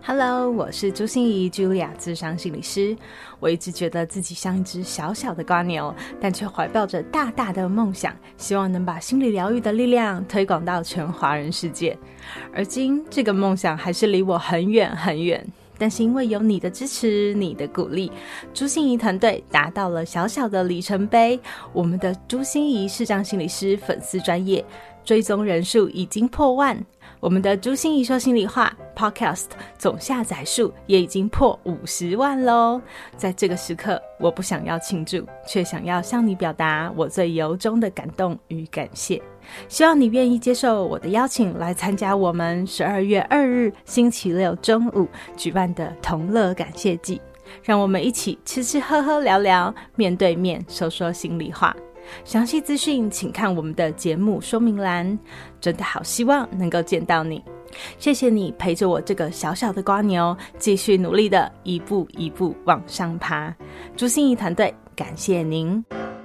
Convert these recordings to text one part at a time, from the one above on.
Hello， 我是朱心怡 Julia 諮商心理师。我一直觉得自己像一只小小的蝸牛，但却怀抱着大大的梦想，希望能把心理疗愈的力量推广到全华人世界。而今这个梦想还是离我很远很远，但是因为有你的支持，你的鼓励，朱心怡团队达到了小小的里程碑。我们的朱心怡视障心理师粉丝专页追踪人数已经破万，我们的朱心怡说心里话 Podcast 总下载数也已经破50万咯。在这个时刻，我不想要庆祝，却想要向你表达我最由衷的感动与感谢。希望你愿意接受我的邀请，来参加我们12月2日星期六中午举办的同乐感谢祭，让我们一起吃吃喝喝聊聊，面对面说说心里话。详细资讯请看我们的节目说明栏。真的好希望能够见到你，谢谢你陪着我这个小小的蝸牛，继续努力的一步一步往上爬。朱心怡团队感谢您。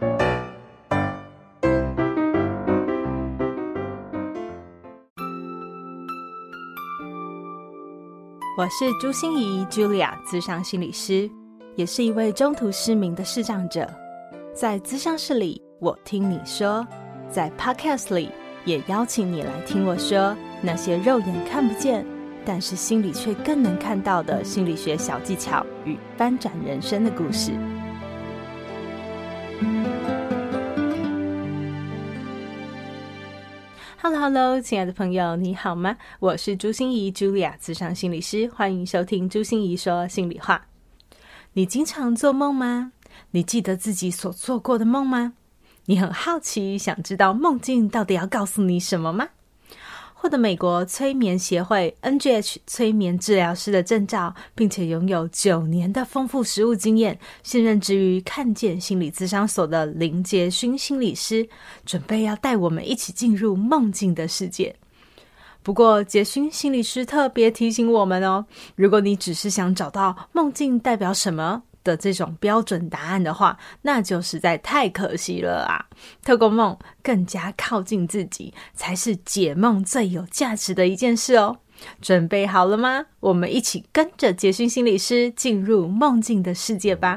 我是朱心怡 Julia 諮商心理师，也是一位中途失明的视障者。在諮商室里我听你说，在 Podcast 里也邀请你来听我说那些肉眼看不见，但是心里却更能看到的心理学小技巧与翻转人生的故事。Hello， 亲爱的朋友，你好吗？我是朱心怡 Julia 諮商心理师，欢迎收听朱心怡说心里话。你经常做梦吗？你记得自己所做过的梦吗？你很好奇，想知道梦境到底要告诉你什么吗？获得美国催眠协会 NGH 催眠治疗师的证照，并且拥有9年的丰富实务经验，现任职于看见心理咨商所的林杰勋心理师，准备要带我们一起进入梦境的世界。不过杰勋心理师特别提醒我们哦，如果你只是想找到梦境代表什么的这种标准答案的话，那就实在太可惜了啊！透过梦更加靠近自己，才是解梦最有价值的一件事哦。准备好了吗？我们一起跟着杰勋心理师进入梦境的世界吧。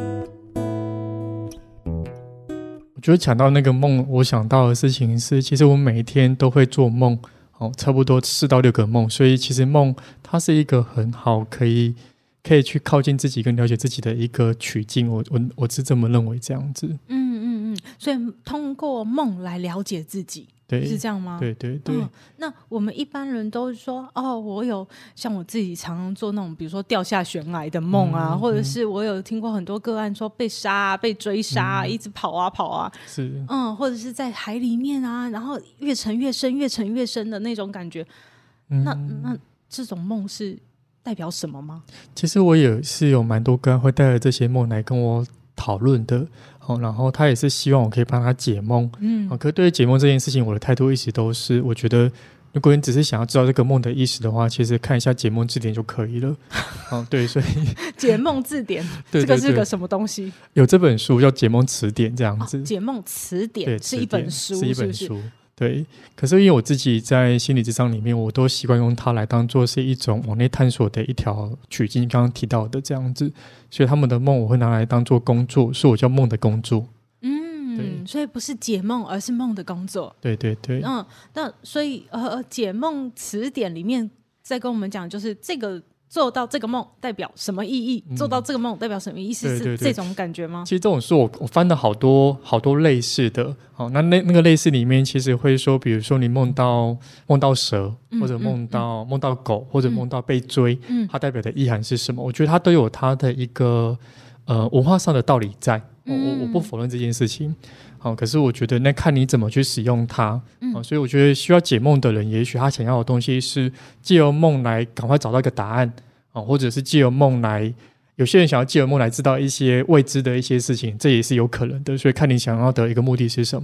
我觉得讲到那个梦，我想到的事情是，其实我每一天都会做梦，差不多4到6个梦，所以其实梦它是一个很好可以去靠近自己跟了解自己的一个曲径，我是这么认为这样子。 所以通过梦来了解自己， 对， 是这样吗？ 对对对。 那我们一般人都说我有像我自己常常做那种比如说掉下悬崖的梦啊，或者是我有听过很多个案说被杀被追杀一直跑啊跑啊， 是或者是在海里面啊，然后越沉越深越沉越深的那种感觉。那这种梦是代表什么吗？ 其实我也是有蛮多个人会带着这些梦来跟我讨论的，然后他也是希望我可以帮他解梦。可是对于解梦这件事情，我的态度一直都是，我觉得如果你只是想要知道这个梦的意思的话，其实看一下解梦字典就可以了。对，所以解梦字典对对对， 这个是个什么东西？ 有这本书叫解梦词典这样子。 解梦词典是一本书， 是一本书。对，可是因为我自己在心理咨商里面，我都习惯用它来当作是一种往内探索的一条曲径，刚刚提到的这样子，所以他们的梦我会拿来当作工作，所以我叫梦的工作。 所以不是解梦，而是梦的工作。 对对对。 那所以解梦词典里面在跟我们讲，就是这个做到这个梦代表什么意义，做到这个梦代表什么意思， 对对对， 是这种感觉吗？ 其实这种书我翻了好多类似的。那个类似里面其实会说，比如说你梦到蛇，或者梦到狗，或者梦到被追，它代表的意涵是什么？我觉得它都有它的一个文化上的道理在。我不否认这件事情。可是我觉得那看你怎么去使用它。所以我觉得需要解梦的人，也许他想要的东西是借由梦来赶快找到一个答案，或者是借由梦来，有些人想要借由梦来知道一些未知的一些事情，这也是有可能的。所以看你想要的一个目的是什么。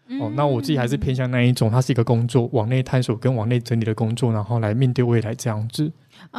那我自己还是偏向那一种，它是一个工作，往内探索跟往内整理的工作，然后来面对未来这样子。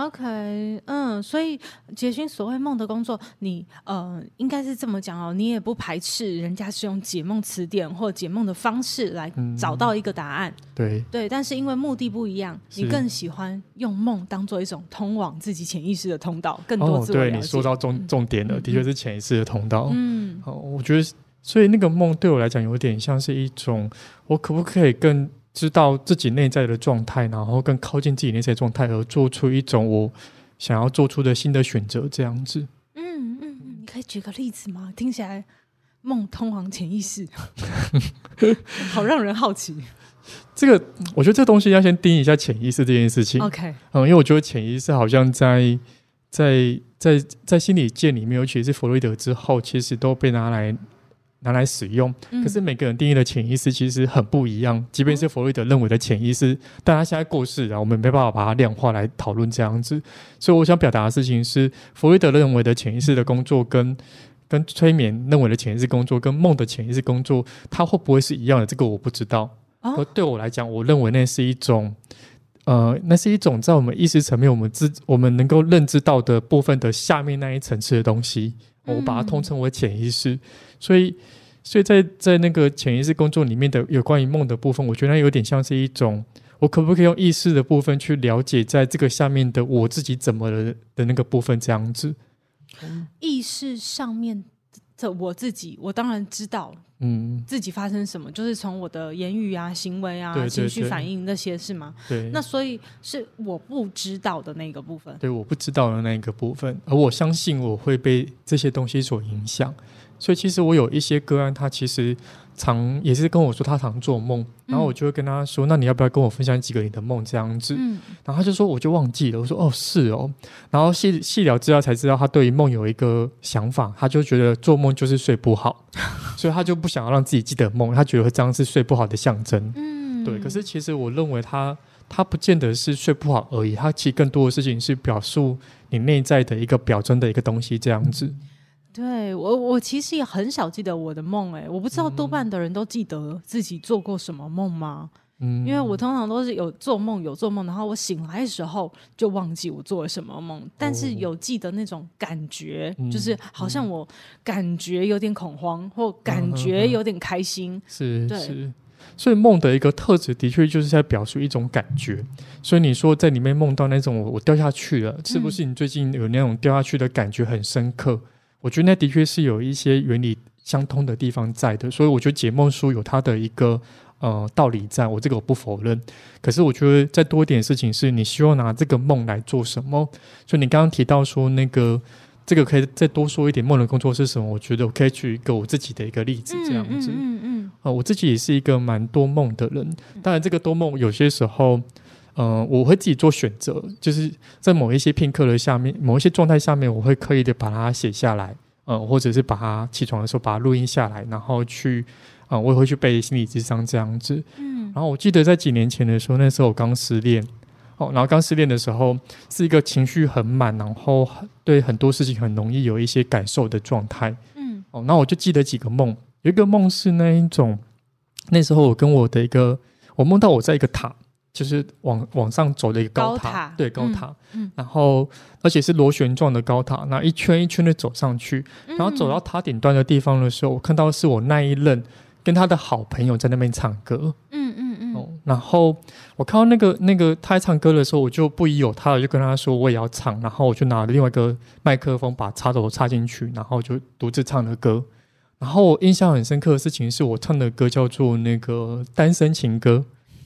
OK， 所以杰勋所谓梦的工作，你应该是这么讲哦，你也不排斥人家是用解梦词典或解梦的方式来找到一个答案， 对， 但是因为目的不一样，你更喜欢用梦当做一种通往自己潜意识的通道，更多自我了解。 对，你说到重点了，的确是潜意识的通道。我觉得，所以那个梦对我来讲有点像是一种，我可不可以更知道自己内在的状态，然后更靠近自己内在状态，而做出一种我想要做出的新的选择，这样子。 你可以举个例子吗？听起来梦通往潜意识，好让人好奇。 这个，我觉得这东西要先定义一下潜意识这件事情。 OK， 因为我觉得潜意识好像在心理界里面，尤其是弗洛伊德之后，其实都被拿来使用，可是每个人定义的潜意识其实很不一样。即便是弗洛伊德认为的潜意识，但他现在过世了，我们没办法把它量化来讨论这样子。所以我想表达的事情是，弗洛伊德认为的潜意识的工作跟催眠认为的潜意识工作跟梦的潜意识工作，它会不会是一样的？这个我不知道。对我来讲，我认为那是一种在我们意识层面我们能够认知到的部分的下面那一层次的东西，我把它通称为潜意识。所以在那个潜意识工作里面的有关于梦的部分，我觉得它有点像是一种，我可不可以用意识的部分去了解在这个下面的我自己怎么了的那个部分这样子。 意识上面的我自己，我当然知道自己发生什么，就是从我的言语啊、行为啊、情绪反应那些是吗？ 对， 那所以是我不知道的那个部分。 对，我不知道的那个部分，而我相信我会被这些东西所影响。所以其实我有一些个案，他其实也是跟我说他常做梦，然后我就会跟他说，那你要不要跟我分享几个你的梦这样子。然后他就说我就忘记了。我说是哦。然后细聊之后才知道他对于梦有一个想法，他就觉得做梦就是睡不好，所以他就不想要让自己记得梦，他觉得这样是睡不好的象征。对。可是其实我认为他不见得是睡不好而已，他其实更多的事情是表述你内在的一个表征的一个东西这样子。 对，我其实也很少记得我的梦，我不知道多半的人都记得自己做过什么梦吗？因为我通常都是有做梦，然后我醒来的时候就忘记我做了什么梦，但是有记得那种感觉，就是好像我感觉有点恐慌，或感觉有点开心。 是。所以梦的一个特质的确就是在表述一种感觉。所以你说在里面梦到那种我掉下去了，是不是你最近有那种掉下去的感觉很深刻？我觉得那的确是有一些原理相通的地方在的，所以我觉得解梦书有它的一个道理在，我这个我不否认。可是我觉得再多一点事情是你希望拿这个梦来做什么。所以你刚刚提到说这个可以再多说一点梦的工作是什么，我觉得我可以举一个我自己的一个例子这样子。我自己也是一个蛮多梦的人，当然这个多梦有些时候我会自己做选择，就是在某一些片刻的下面，某一些状态下面，我会刻意的把它写下来，或者是把它起床的时候把它录音下来，然后我也会去背心理咨商这样子。然后我记得在几年前的时候，那时候我刚失恋，然后刚失恋的时候是一个情绪很满，然后对很多事情很容易有一些感受的状态。然后我就记得几个梦，有一个梦是那一种，那时候我梦到我在一个塔。就是往上走的一个高塔，对，高塔，然后而且是螺旋状的高塔，那一圈一圈的走上去，然后走到塔顶端的地方的时候，我看到是我那一任跟他的好朋友在那边唱歌，然后我看到那个他在唱歌的时候，我就不疑有他了，就跟他说我也要唱，然后我就拿了另外一个麦克风把插头插进去，然后就独自唱了歌。然后我印象很深刻的事情是我唱的歌叫做那个单身情歌。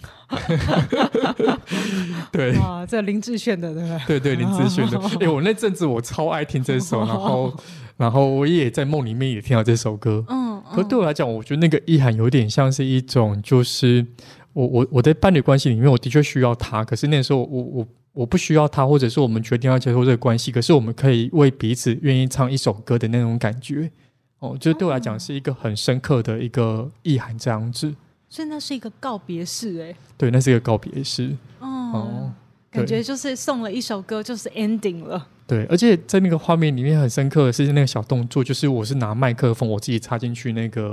对， 哇，这林志炫的，对不对？对，林志炫的。我那阵子我超爱听这首，然后我也在梦里面也听到这首歌。可对我来讲，我觉得那个意涵有点像是一种，就是我在伴侣关系里面，我的确需要他，可是那时候我不需要他，或者是我们决定要结束这个关系，可是我们可以为彼此愿意唱一首歌的那种感觉。就是对我来讲是一个很深刻的一个意涵，这样子。 所以那是一个告别式， 对，那是一个告别式。 感觉就是送了一首歌，就是 ending 了。 对，而且在那个画面里面很深刻的是那个小动作，就是我是拿麦克风，我自己插进去那个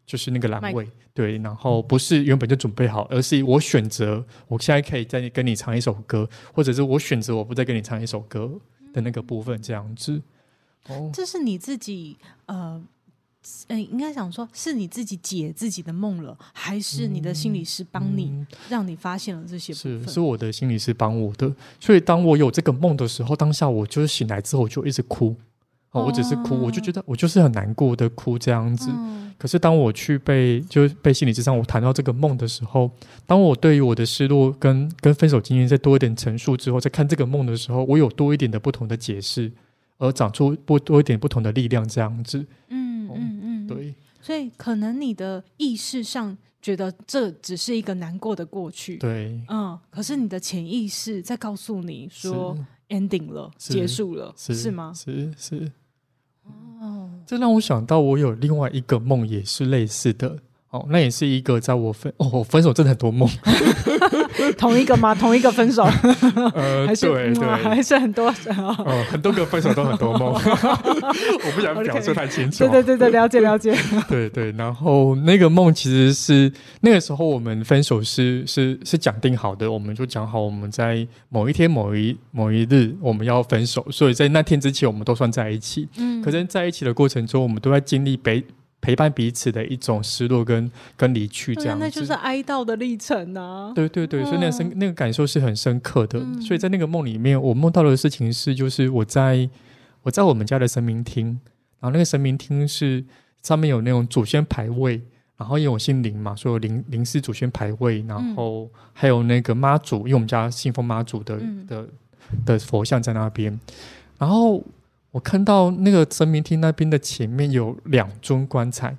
就是那个栏位，对，然后不是原本就准备好，而是我选择我现在可以再跟你唱一首歌，或者是我选择我不再跟你唱一首歌的那个部分，这样子。 这是你自己应该想说是你自己解自己的梦了，还是你的心理师帮你，让你发现了这些部分？ 是我的心理师帮我的。所以当我有这个梦的时候，当下我就是醒来之后我就一直哭，我只是哭，我就觉得我就是很难过的哭这样子。可是当我去被心理咨商，我谈到这个梦的时候，当我对于我的失落跟分手经验再多一点陈述之后，再看这个梦的时候，我有多一点的不同的解释，而长出多一点不同的力量这样子。对， 所以可能你的意识上觉得这只是一个难过的过去， 对， 可是你的潜意识在告诉你说 ending 了，结束了，是吗？ 是。这让我想到我有另外一个梦也是类似的，那也是一个在我分手真的很多梦同一个吗？同一个分手还是对， 还是很多很多个分手都很多梦我不想表述太清楚对，了解对，然后那个梦其实是那个时候我们分手是讲定好的，我们就讲好我们在某一天某一日我们要分手，所以在那天之前我们都算在一起，可是在一起的过程中我们都在经历陪伴彼此的一种失落跟离去，这样子， 那就是哀悼的历程啊。 对，所以那个感受是很深刻的。所以在那个梦里面，我梦到的事情是，就是我在我们家的神明厅，然后那个神明厅是上面有那种祖先牌位，然后因为我姓林嘛，所以有林氏祖先牌位，然后还有那个妈祖，因为我们家信奉妈祖的佛像在那边，然后我看到那个神明厅那边的前面有2尊棺材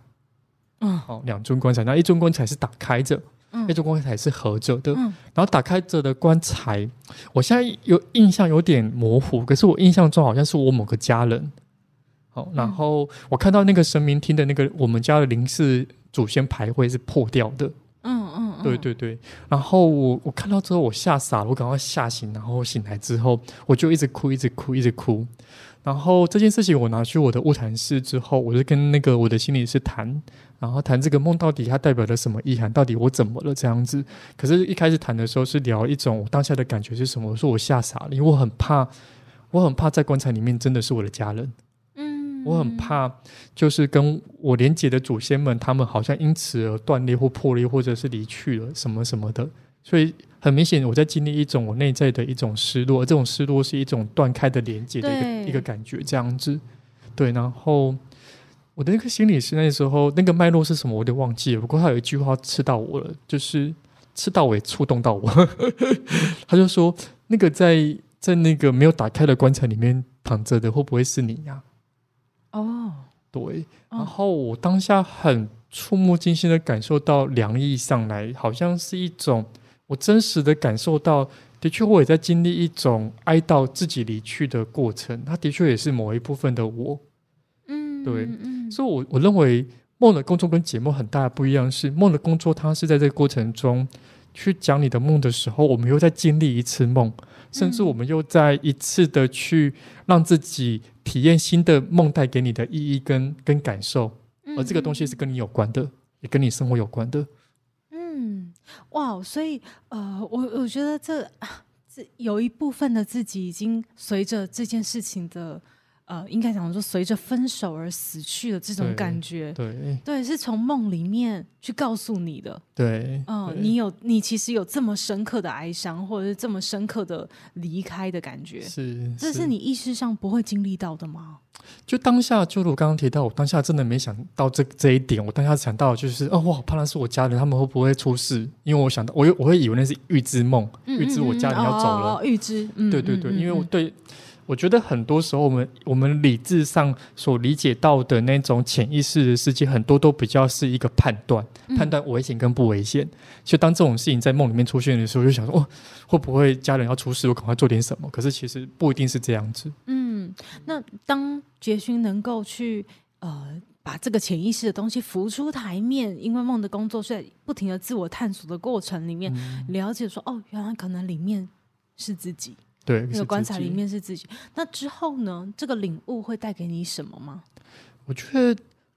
，2尊棺材，那一尊棺材是打开着，一尊棺材是合着的，然后打开着的棺材，我现在有印象有点模糊，可是我印象中好像是我某个家人，然后我看到那个神明厅的那个我们家的林氏祖先牌位是破掉的，对，然后我看到之后我吓傻了，我赶快吓醒，然后醒来之后我就一直哭，然后这件事情我拿去我的物谈室之后，我就跟那个我的心理师谈，然后谈这个梦到底它代表了什么意涵，到底我怎么了这样子。可是一开始谈的时候是聊一种我当下的感觉是什么，我说我吓傻了，因为我很怕在棺材里面真的是我的家人，我很怕就是跟我连结的祖先们他们好像因此而断裂或破裂或者是离去了什么什么的，所以很明显我在经历一种我内在的一种失落，而这种失落是一种断开的连接的一个感觉这样子。对，然后我的那个心理师那时候那个脉络是什么我有点忘记了，不过他有一句话刺到我了，就是刺到我也触动到我他就说那个在那个没有打开的棺材里面躺着的会不会是你呀？对，然后我当下很触目惊心的感受到凉意上来，好像是一种我真实的感受到，的确我也在经历一种哀悼自己离去的过程，它的确也是某一部分的我。对，所以我认为梦的工作跟解梦很大的不一样是，梦的工作它是在这个过程中去讲你的梦的时候，我们又在经历一次梦，甚至我们又在一次的去让自己体验新的梦带给你的意义跟感受，而这个东西是跟你有关的，也跟你生活有关的。 哇，所以我觉得这有一部分的自己已经随着这件事情的应该讲说随着分手而死去的这种感觉，对，是从梦里面去告诉你的，对，你其实有这么深刻的哀伤，或者是这么深刻的离开的感觉，这是你意识上不会经历到的吗？ 就当下，就如我刚刚提到，我当下真的没想到这一点，我当下想到就是我好怕那是我家人，他们会不会出事？因为我想到我会以为那是预知梦，预知我家人要走了， 预知， 对，因为我觉得很多时候我们理智上所理解到的那种潜意识的世界，很多都比较是一个判断危险跟不危险。所以当这种事情在梦里面出现的时候，就想说会不会家人要出事，我赶快做点什么？可是其实不一定是这样子。 那当杰勋能够去把这个潜意识的东西浮出台面，因为梦的工作是在不停的自我探索的过程里面，了解说原来可能里面是自己。 对， 那个棺材里面是自己。那之后呢？这个领悟会带给你什么吗？ 我觉得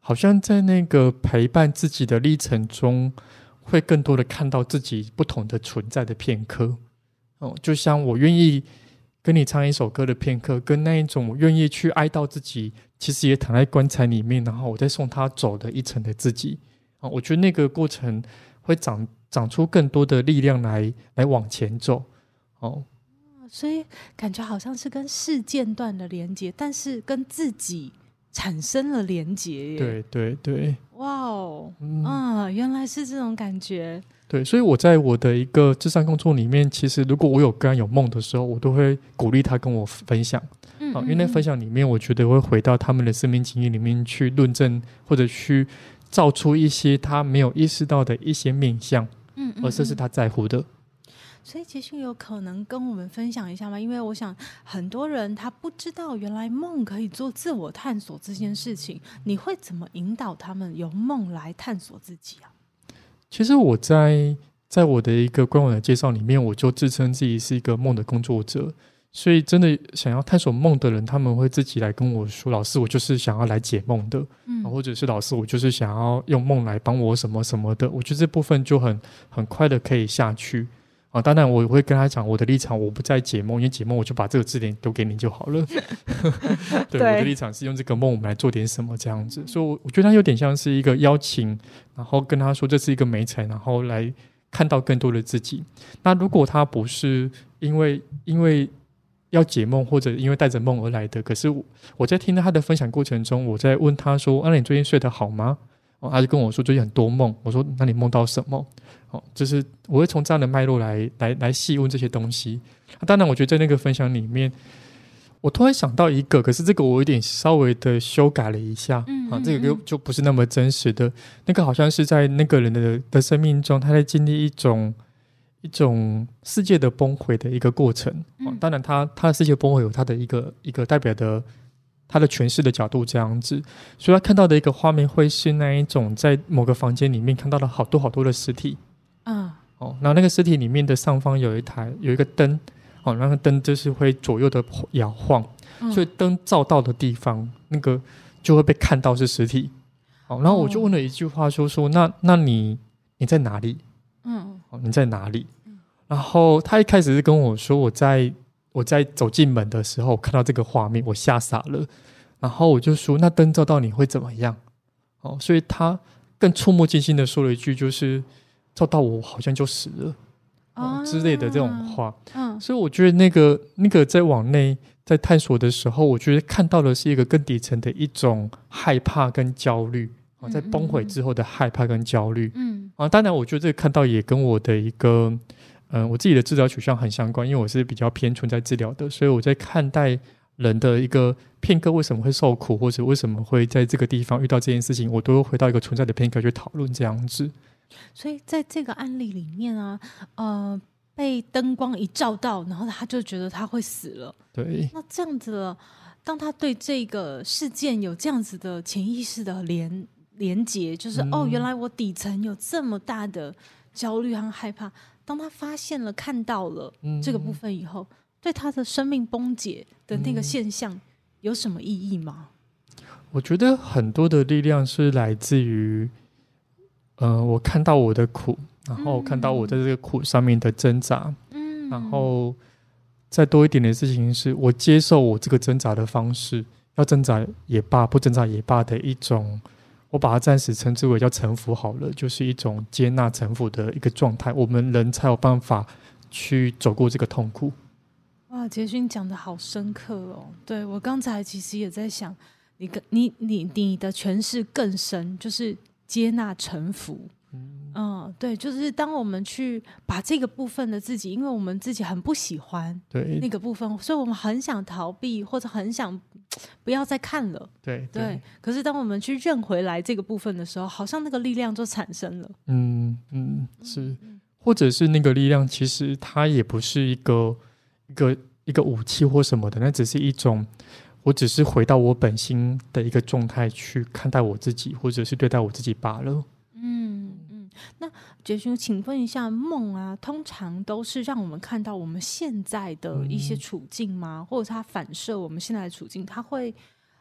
好像在那个陪伴自己的历程中，会更多的看到自己不同的存在的片刻。就像我愿意跟你唱一首歌的片刻，跟那一种我愿意去哀悼自己其实也躺在棺材里面，然后我再送他走的一程的自己。我觉得那个过程会长出更多的力量来往前走。 所以感觉好像是跟事件断了连结，但是跟自己产生了连结耶。 对对对， 哇哦，原来是这种感觉。 对，所以我在我的一个諮商工作里面，其实如果我有个人有梦的时候，我都会鼓励他跟我分享。因为那分享里面，我觉得会回到他们的生命经验里面去论证，或者去造出一些他没有意识到的一些面向，而这是他在乎的。 所以杰勋有可能跟我们分享一下吗？因为我想很多人他不知道原来梦可以做自我探索这件事情，你会怎么引导他们由梦来探索自己啊？ 其实我在我的一个官网的介绍里面，我就自称自己是一个梦的工作者，所以真的想要探索梦的人，他们会自己来跟我说，老师我就是想要来解梦的，或者是老师我就是想要用梦来帮我什么什么的，我觉得这部分就很快的可以下去。当然我会跟他讲我的立场，我不再解梦，因为解梦我就把这个字典丢给你就好了。对，我的立场是用这个梦我们来做点什么这样子，所以我觉得他有点像是一个邀请，然后跟他说这是一个媒材，然后来看到更多的自己。那如果他不是因为要解梦或者因为带着梦而来的，可是我在听到他的分享过程中，我在问他说那你最近睡得好吗？他就跟我说最近很多梦，我说那你梦到什么？就是我会从这样的脉络来细问这些东西。当然我觉得在那个分享里面，我突然想到一个，可是这个我有点稍微的修改了一下，这个就不是那么真实的。那个好像是在那个人的生命中，他在经历一种世界的崩溃的一个过程。当然他的世界崩溃有他的一个代表的他的诠释的角度这样子，所以他看到的一个画面会是那一种在某个房间里面看到了好多的尸体。然后那个尸体里面的上方有一个灯，那个灯就是会左右的摇晃，所以灯照到的地方那个就会被看到是尸体。然后我就问了一句话说那你在哪里？你在哪里？然后他一开始是跟我说我在走进门的时候看到这个画面我吓傻了，然后我就说那灯照到你会怎么样？所以他更触目惊心的说了一句，就是照到我好像就死了，之类的这种话。所以我觉得那个在往内在探索的时候，我觉得看到的是一个更底层的一种害怕跟焦虑，在崩溃之后的害怕跟焦虑。当然我觉得这个看到也跟我的一个我自己的治疗取向很相关，因为我是比较偏存在治疗的，所以我在看待人的一个片刻为什么会受苦，或者为什么会在这个地方遇到这件事情，我都会回到一个存在的片刻去讨论这样子。 所以在这个案例里面啊，被灯光一照到，然后他就觉得他会死了。 对， 那这样子了，当他对这个事件有这样子的潜意识的连结，就是原来我底层有这么大的焦虑和害怕。当他发现了看到了这个部分以后，对他的生命崩解的那个现象有什么意义吗？ 我觉得很多的力量是来自于我看到我的苦，然后看到我在这个苦上面的挣扎，然后再多一点的事情是我接受我这个挣扎的方式，要挣扎也罢不挣扎也罢的一种，我把它暂时称之为叫臣服好了，就是一种接纳臣服的一个状态，我们人才有办法去走过这个痛苦。 哇，杰勋讲的好深刻哦。对，我刚才其实也在想你的诠释更深，就是接纳臣服。对，就是当我们去把这个部分的自己，因为我们自己很不喜欢那个部分，所以我们很想逃避，或者很想不要再看了。对，可是当我们去认回来这个部分的时候，好像那个力量就产生了。 是，或者是那个力量其实它也不是一个武器或什么的，那只是一种我只是回到我本心的一个状态去看待我自己，或者是对待我自己罢了。 那杰勋，请问一下，梦啊，通常都是让我们看到我们现在的一些处境吗？或者它反射我们现在的处境？它会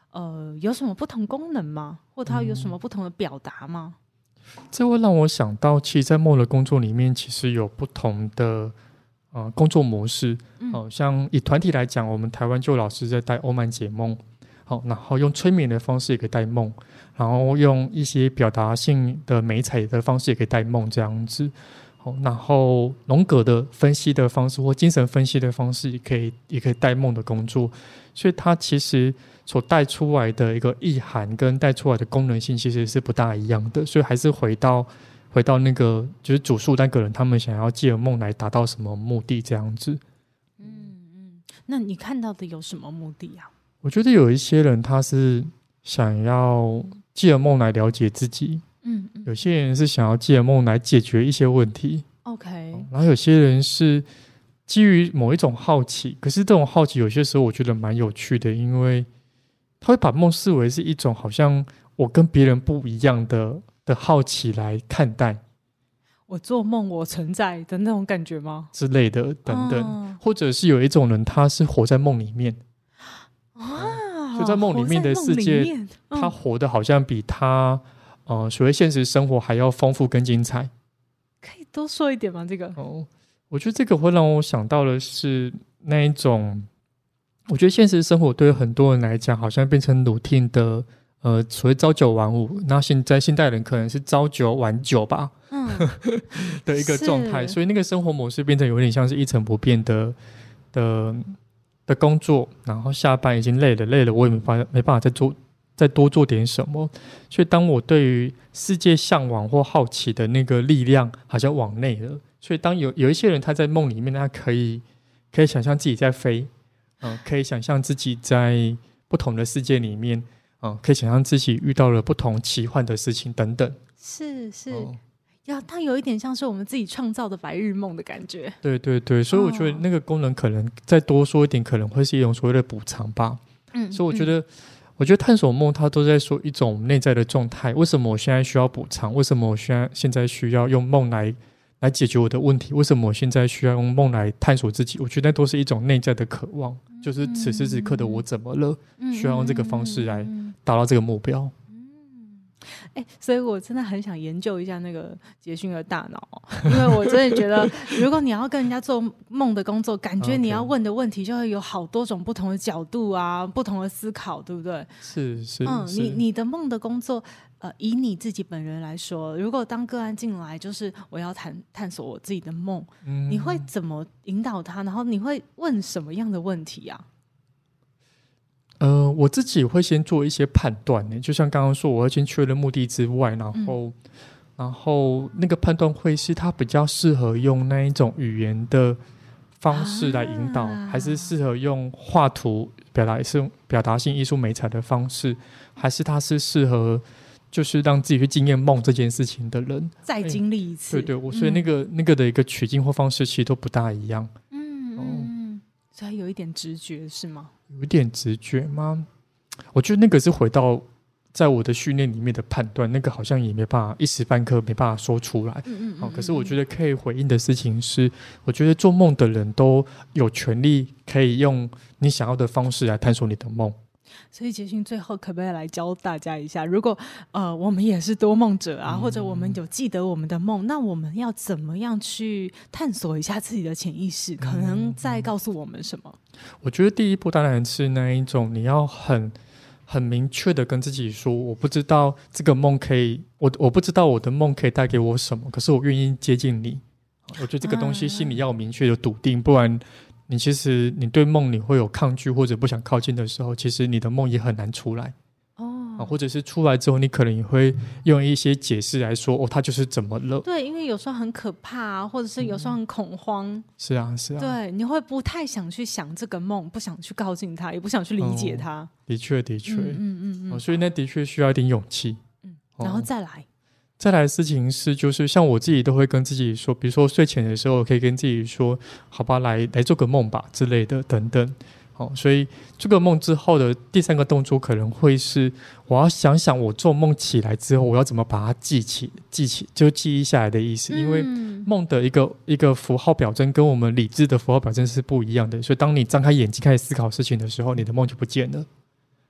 有什么不同功能吗？或它有什么不同的表达吗？ 这会让我想到，其实，在梦的工作里面，其实有不同的工作模式。像以团体来讲，我们台湾就有老师在带欧曼解梦，然后用催眠的方式也可以带梦，然后用一些表达性的媒材的方式也可以带梦这样子。然后荣格的分析的方式或精神分析的方式也可以带梦的工作，所以它其实所带出来的一个意涵跟带出来的功能性其实是不大一样的，所以还是回到那个就是主述那个人他们想要借由梦来达到什么目的这样子。 那你看到的有什么目的啊？ 我觉得有一些人他是想要借由梦来了解自己，有些人是想要借由梦来解决一些问题 OK， 然后有些人是基于某一种好奇，可是这种好奇有些时候我觉得蛮有趣的，因为他会把梦视为是一种好像我跟别人不一样的好奇来看待， 我做梦我存在的那种感觉吗？ 之类的等等，或者是有一种人他是活在梦里面就在梦里面的世界，他活得好像比他所谓现实生活还要丰富跟精彩。 可以多说一点吗？这个我觉得这个会让我想到的是那一种，我觉得现实生活对很多人来讲好像变成 routine 的所谓朝九晚五，那现代人可能是朝九晚九吧的一个状态，所以那个生活模式变成有点像是一成不变的工作，然后下班已经累了我也没办法再多做点什么，所以当我对于世界向往或好奇的那个力量好像往内了，所以当有一些人他在梦里面，他可以想象自己在飞，可以想象自己在不同的世界里面，可以想象自己遇到了不同奇幻的事情等等， 是它有一点像是我们自己创造的白日梦的感觉。对对对，所以我觉得那个功能可能再多说一点，可能会是一种所谓的补偿吧。所以我觉得探索梦它都在说一种内在的状态，为什么我现在需要补偿，为什么我现在需要用梦来解决我的问题，为什么我现在需要用梦来探索自己，我觉得那都是一种内在的渴望，就是此时此刻的我怎么了，需要用这个方式来达到这个目标。 所以我真的很想研究一下那个杰勋的大脑，因为我真的觉得如果你要跟人家做梦的工作，感觉你要问的问题就会有好多种不同的角度啊，不同的思考，对不对？ 是你的梦的工作以你自己本人来说，如果当个案进来就是我要探索我自己的梦，你会怎么引导他，然后你会问什么样的问题啊？ 我自己会先做一些判断，就像刚刚说我会先确认目的之外，然后那个判断会是他比较适合用那一种语言的方式来引导，还是适合用画图表达性艺术媒材的方式，还是他是适合就是让自己去经验梦这件事情的人再经历一次。 对，所以那个的一个取经或方式其实都不大一样。 所以有一点直觉是吗？ 有一点直觉吗？我觉得那个是回到在我的训练里面的判断，那个好像也没办法一时半刻没办法说出来。可是我觉得可以回应的事情是，我觉得做梦的人都有权利可以用你想要的方式来探索你的梦。 所以杰勋最后可不可以来教大家一下，如果我们也是多梦者啊，或者我们有记得我们的梦，那我们要怎么样去探索一下自己的潜意识，可能再告诉我们什么？ 我觉得第一步当然是那一种你要很明确的跟自己说，我不知道这个梦可以，我不知道我的梦可以带给我什么，可是我愿意接近你。我觉得这个东西心里要有明确的笃定，不然其实你对梦你会有抗拒或者不想靠近的时候，其实你的梦也很难出来。或者是出来之后你可能也会用一些解释来说它就是怎么了。 对，因为有时候很可怕啊，或者是有时候很恐慌。 是啊对，你会不太想去想这个梦，不想去靠近它，也不想去理解它。 的确所以那的确需要一点勇气。 然后再来的事情是，就是像我自己都会跟自己说，比如说睡前的时候，我可以跟自己说，好吧，来做个梦吧之类的等等。所以这个梦之后的第三个动作可能会是，我要想想我做梦起来之后，我要怎么把它记忆下来的意思。因为梦的一个符号表征跟我们理智的符号表征是不一样的，所以当你张开眼睛开始思考事情的时候，你的梦就不见了。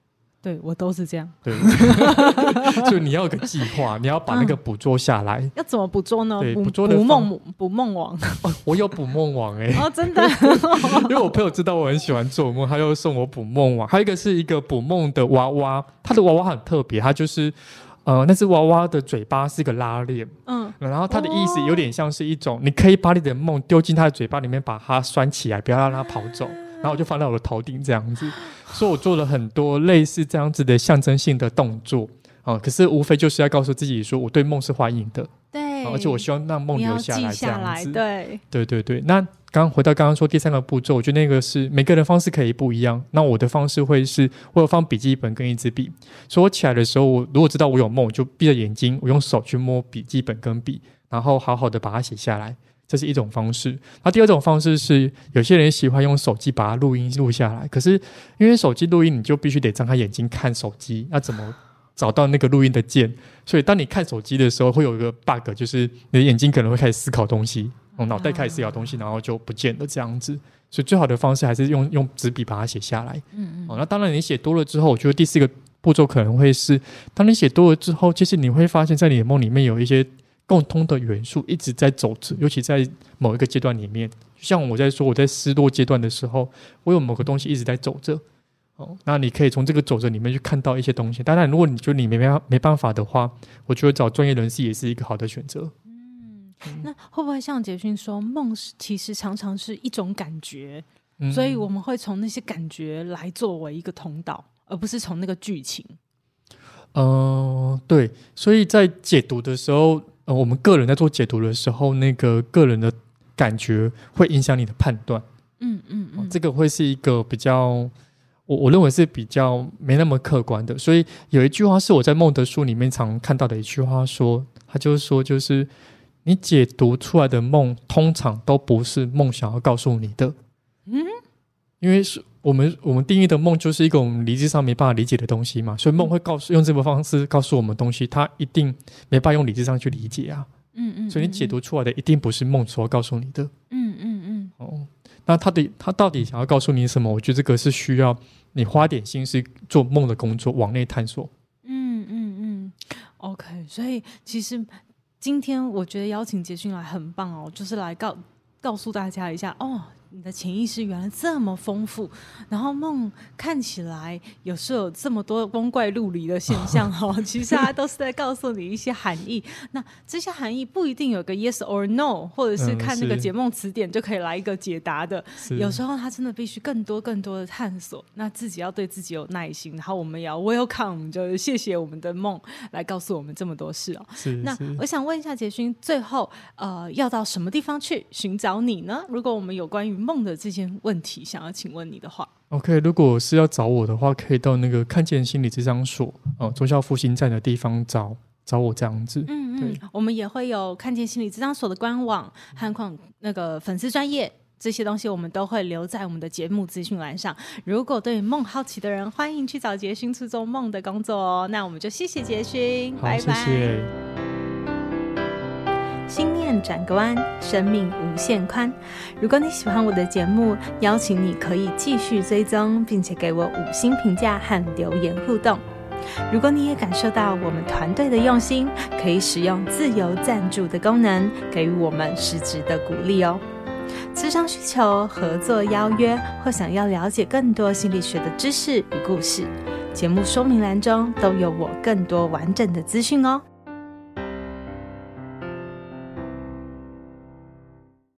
对，我都是这样。 对，就你要有个计划，你要把那个捕捉下来。 要怎么捕捉呢？ 对， 捕梦网。 我有捕梦网哦，真的。 因为我朋友知道我很喜欢做梦，他就送我捕梦网。还有一个是一个捕梦的娃娃，它的娃娃很特别，它就是那只娃娃的嘴巴是一个拉链，然后它的意思有点像是一种，你可以把你的梦丢进它的嘴巴里面，把它拴起来，不要让它跑走。然后我就放在我的头顶这样子，所以我做了很多类似这样子的象征性的动作可是无非就是要告诉自己说我对梦是欢迎的， 对， 而且我希望让梦留下来这样子。对。那回到刚刚说第三个步骤，我觉得那个是每个人方式可以不一样。那我的方式会是我有放笔记本跟一支笔，所以我起来的时候，我如果知道我有梦，我就闭着眼睛，我用手去摸笔记本跟笔，然后好好的把它写下来。这是一种方式。那第二种方式是有些人喜欢用手机把它录下来，可是因为手机录音你就必须得张开眼睛看手机，要怎么找到那个录音的键？所以当你看手机的时候会有一个 bug， 就是你的眼睛可能会开始思考东西，脑袋开始思考东西，然后就不见了这样子。所以最好的方式还是用纸笔把它写下来。那当然你写多了之后，我觉得第四个步骤可能会是，当你写多了之后，其实你会发现在你的梦里面有一些共通的元素一直在走着，尤其在某一个阶段里面，像我在说我在失落阶段的时候，我有某个东西一直在走着。那你可以从这个走着里面去看到一些东西。当然如果你觉得你没办法的话，我觉得找专业人士也是一个好的选择。 那会不会像杰勋说，梦其实常常是一种感觉，所以我们会从那些感觉来作为一个通道，而不是从那个剧情？ 对，所以在解读的时候，我们个人在做解读的时候，那个个人的感觉会影响你的判断。这个会是一个比较，我认为是比较没那么客观的。所以有一句话是我在梦的书里面常看到的一句话说，他就是说，就是你解读出来的梦通常都不是梦想要告诉你的。因为是我们定义的梦就是一个我们理智上没办法理解的东西嘛，所以梦会用这个方式告诉我们东西，它一定没办法用理智上去理解啊。所以你解读出来的一定不是梦所要告诉你的。那他到底想要告诉你什么？我觉得这个是需要你花点心思做梦的工作，往内探索。 OK， 所以其实今天我觉得邀请杰勋来很棒哦，就是来告诉大家一下你的潜意识原来这么丰富，然后梦看起来有时候有这么多光怪陆离的现象其实它都是在告诉你一些含义。那这些含义不一定有个 yes or no， 或者是看那个解梦词典就可以来一个解答的，有时候它真的必须更多的探索，那自己要对自己有耐心，然后我们也要 welcome， 就是谢谢我们的梦来告诉我们这么多事那我想问一下杰勋，最后要到什么地方去寻找你呢？如果我们有关于梦的这件问题想要请问你的话 ，OK， 如果是要找我的话，可以到那个看见心理咨商所忠孝复兴站的地方找我这样子。 我们也会有看见心理咨商所的官网和那个粉丝专页，这些东西我们都会留在我们的节目资讯栏上。如果对梦好奇的人，欢迎去找杰勋去做梦的工作那我们就谢谢杰勋，拜拜。 谢谢。 心念转个弯，生命无限宽。如果你喜欢我的节目，邀请你可以继续追踪，并且给我5星评价和留言互动。如果你也感受到我们团队的用心，可以使用自由赞助的功能，给予我们实质的鼓励哦。咨商需求、合作邀约，或想要了解更多心理学的知识与故事，节目说明栏中都有我更多完整的资讯哦。